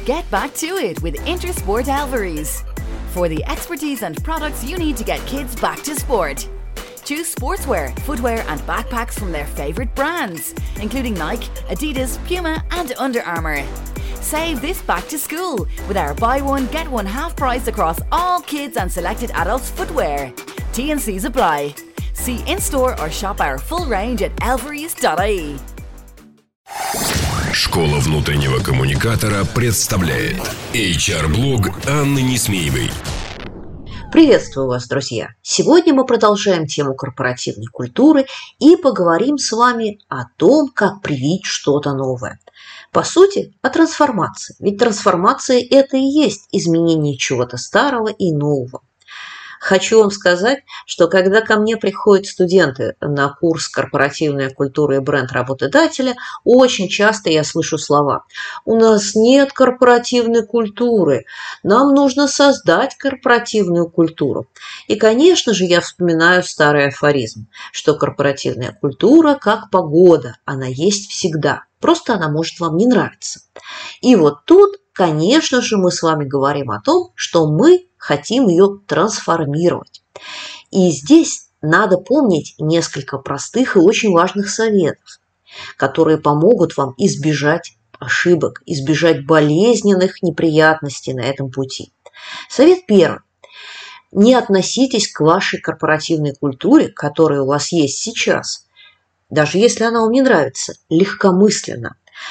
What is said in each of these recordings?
Get back to it with Intersport Alvarez. For the expertise and products you need to get kids back to sport. Choose sportswear, footwear and backpacks from their favourite brands, including Nike, Adidas, Puma and Under Armour. Save this back to school with our buy one, get one half price across all kids and selected adults footwear. T&Cs apply. See in-store or shop our full range at alvarez.ie. Школа внутреннего коммуникатора представляет HR-блог Анны Несмеевой. Приветствую вас, друзья! Сегодня мы продолжаем тему корпоративной культуры и поговорим с вами о том, как привить что-то новое. По сути, о трансформации. Ведь трансформация – это и есть изменение чего-то старого и нового. Хочу вам сказать, что когда ко мне приходят студенты на курс «Корпоративная культура и бренд работодателя», очень часто я слышу слова: «У нас нет корпоративной культуры, нам нужно создать корпоративную культуру». И, конечно же, я вспоминаю старый афоризм, что корпоративная культура как погода, она есть всегда, просто она может вам не нравиться. И вот тут, конечно же, мы с вами говорим о том, что мы хотим ее трансформировать. И здесь надо помнить несколько простых и очень важных советов, которые помогут вам избежать ошибок, избежать болезненных неприятностей на этом пути. Совет первый. Не относитесь к вашей корпоративной культуре, которая у вас есть сейчас, даже если она вам не нравится, легкомысленно.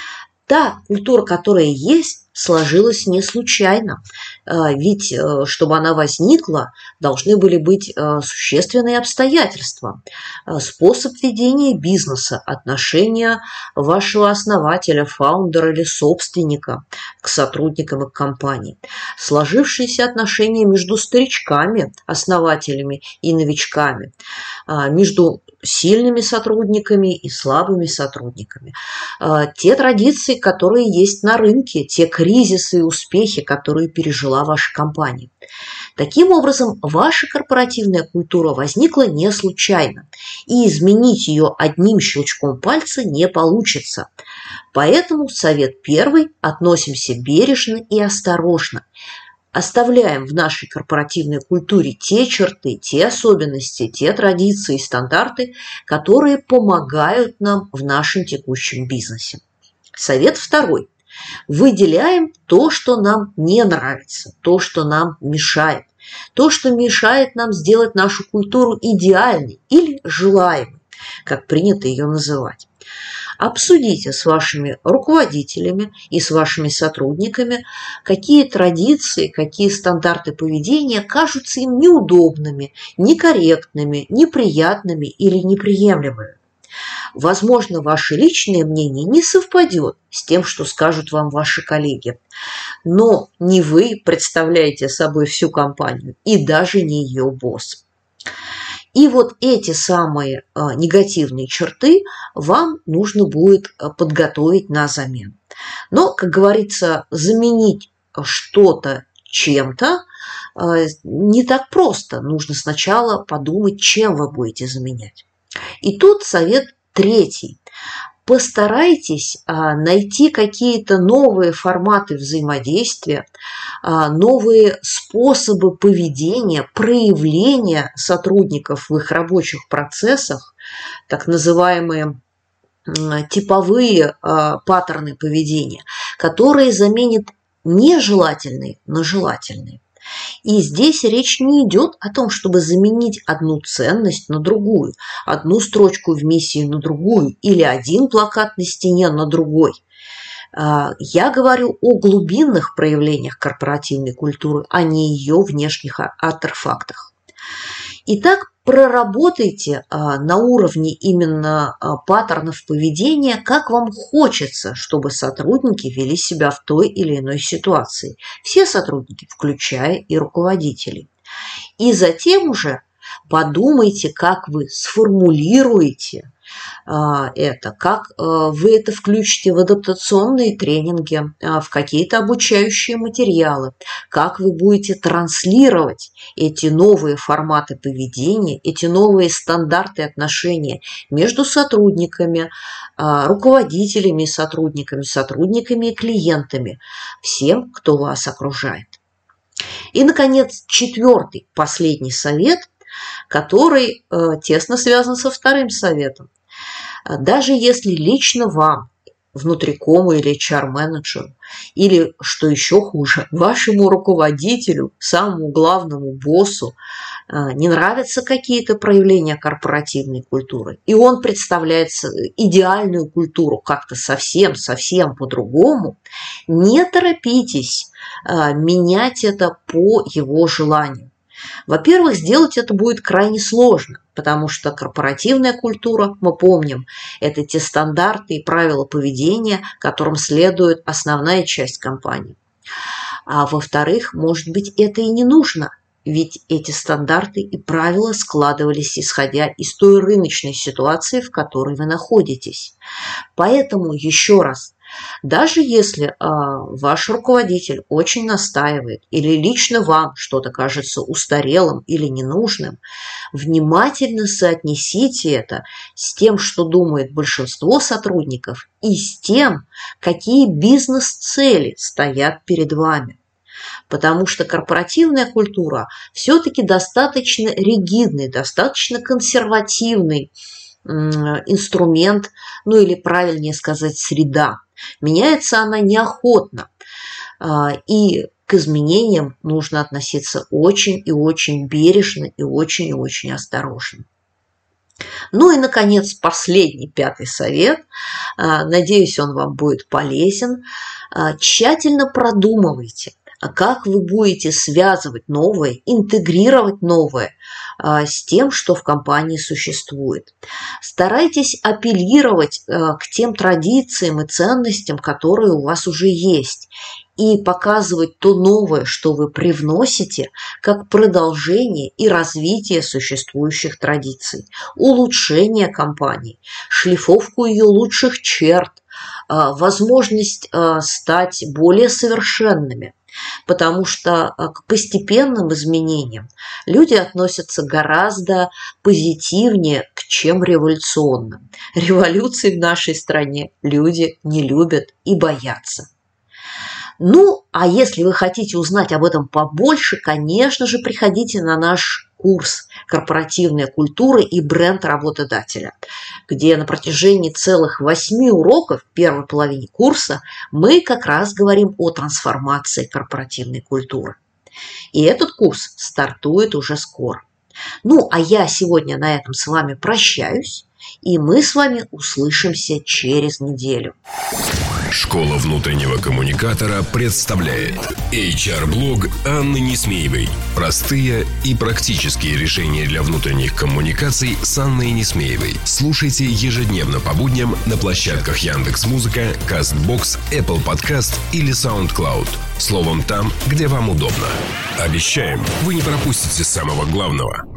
Та культура, которая есть, сложилась не случайно, ведь чтобы она возникла, должны были быть существенные обстоятельства, способ ведения бизнеса, отношения вашего основателя, фаундера или собственника к сотрудникам и к компании, сложившиеся отношения между старичками, основателями и новичками, между сильными сотрудниками и слабыми сотрудниками, те традиции, которые есть на рынке, те кризисы и успехи, которые пережила ваша компания. Таким образом, ваша корпоративная культура возникла не случайно, и изменить ее одним щелчком пальца не получится. Поэтому совет первый: относимся бережно и осторожно. Оставляем в нашей корпоративной культуре те черты, те особенности, те традиции и стандарты, которые помогают нам в нашем текущем бизнесе. Совет второй. Выделяем то, что нам не нравится, то, что нам мешает, то, что мешает нам сделать нашу культуру идеальной или желаемой, как принято ее называть. Обсудите с вашими руководителями и с вашими сотрудниками, какие традиции, какие стандарты поведения кажутся им неудобными, некорректными, неприятными или неприемлемыми. Возможно, ваше личное мнение не совпадет с тем, что скажут вам ваши коллеги, но не вы представляете собой всю компанию и даже не ее босс. И вот эти самые негативные черты вам нужно будет подготовить на замену. Но, как говорится, заменить что-то чем-то не так просто. Нужно сначала подумать, чем вы будете заменять. И тут совет третий. Постарайтесь найти какие-то новые форматы взаимодействия, новые способы поведения, проявления сотрудников в их рабочих процессах, так называемые типовые паттерны поведения, которые заменят нежелательные на желательные. И здесь речь не идет о том, чтобы заменить одну ценность на другую, одну строчку в миссии на другую или один плакат на стене на другой. Я говорю о глубинных проявлениях корпоративной культуры, а не ее внешних артефактах. Итак, проработайте на уровне именно паттернов поведения, как вам хочется, чтобы сотрудники вели себя в той или иной ситуации. Все сотрудники, включая и руководителей. И затем уже подумайте, как вы сформулируете это, как вы это включите в адаптационные тренинги, в какие-то обучающие материалы, как вы будете транслировать эти новые форматы поведения, эти новые стандарты отношений между сотрудниками, руководителями и сотрудниками и клиентами, всем, кто вас окружает. И, наконец, 4-й, последний совет, который тесно связан со 2-м советом. Даже если лично вам, внутрикому или HR-менеджеру, или, что еще хуже, вашему руководителю, самому главному боссу, не нравятся какие-то проявления корпоративной культуры, и он представляет идеальную культуру как-то совсем по-другому, не торопитесь менять это по его желанию. Во-первых, сделать это будет крайне сложно, потому что корпоративная культура, мы помним, это те стандарты и правила поведения, которым следует основная часть компании. А во-вторых, может быть, это и не нужно, ведь эти стандарты и правила складывались исходя из той рыночной ситуации, в которой вы находитесь. Поэтому еще раз, даже если ваш руководитель очень настаивает или лично вам что-то кажется устарелым или ненужным, внимательно соотнесите это с тем, что думает большинство сотрудников, и с тем, какие бизнес-цели стоят перед вами. Потому что корпоративная культура все-таки достаточно ригидный, достаточно консервативный инструмент, ну или правильнее сказать, среда. Меняется она неохотно, и к изменениям нужно относиться очень и очень бережно и очень осторожно. Ну и, наконец, последний, 5-й совет. Надеюсь, он вам будет полезен. Тщательно продумывайте, как вы будете связывать новое, интегрировать новое с тем, что в компании существует. Старайтесь апеллировать к тем традициям и ценностям, которые у вас уже есть, и показывать то новое, что вы привносите, как продолжение и развитие существующих традиций, улучшение компании, шлифовку ее лучших черт, возможность стать более совершенными. Потому что к постепенным изменениям люди относятся гораздо позитивнее, чем революционным. Революции в нашей стране люди не любят и боятся. Ну, а если вы хотите узнать об этом побольше, конечно же, приходите на наш курс «Корпоративная культура и бренд работодателя», где на протяжении целых 8 уроков в первой половине курса мы как раз говорим о трансформации корпоративной культуры. И этот курс стартует уже скоро. Ну, а я сегодня на этом с вами прощаюсь, и мы с вами услышимся через неделю. Школа внутреннего коммуникатора представляет HR-блог Анны Несмеевой. Простые и практические решения для внутренних коммуникаций с Анной Несмеевой. Слушайте ежедневно по будням на площадках Яндекс.Музыка, Castbox, Apple Podcast или SoundCloud. Словом, там, где вам удобно. Обещаем, вы не пропустите самого главного.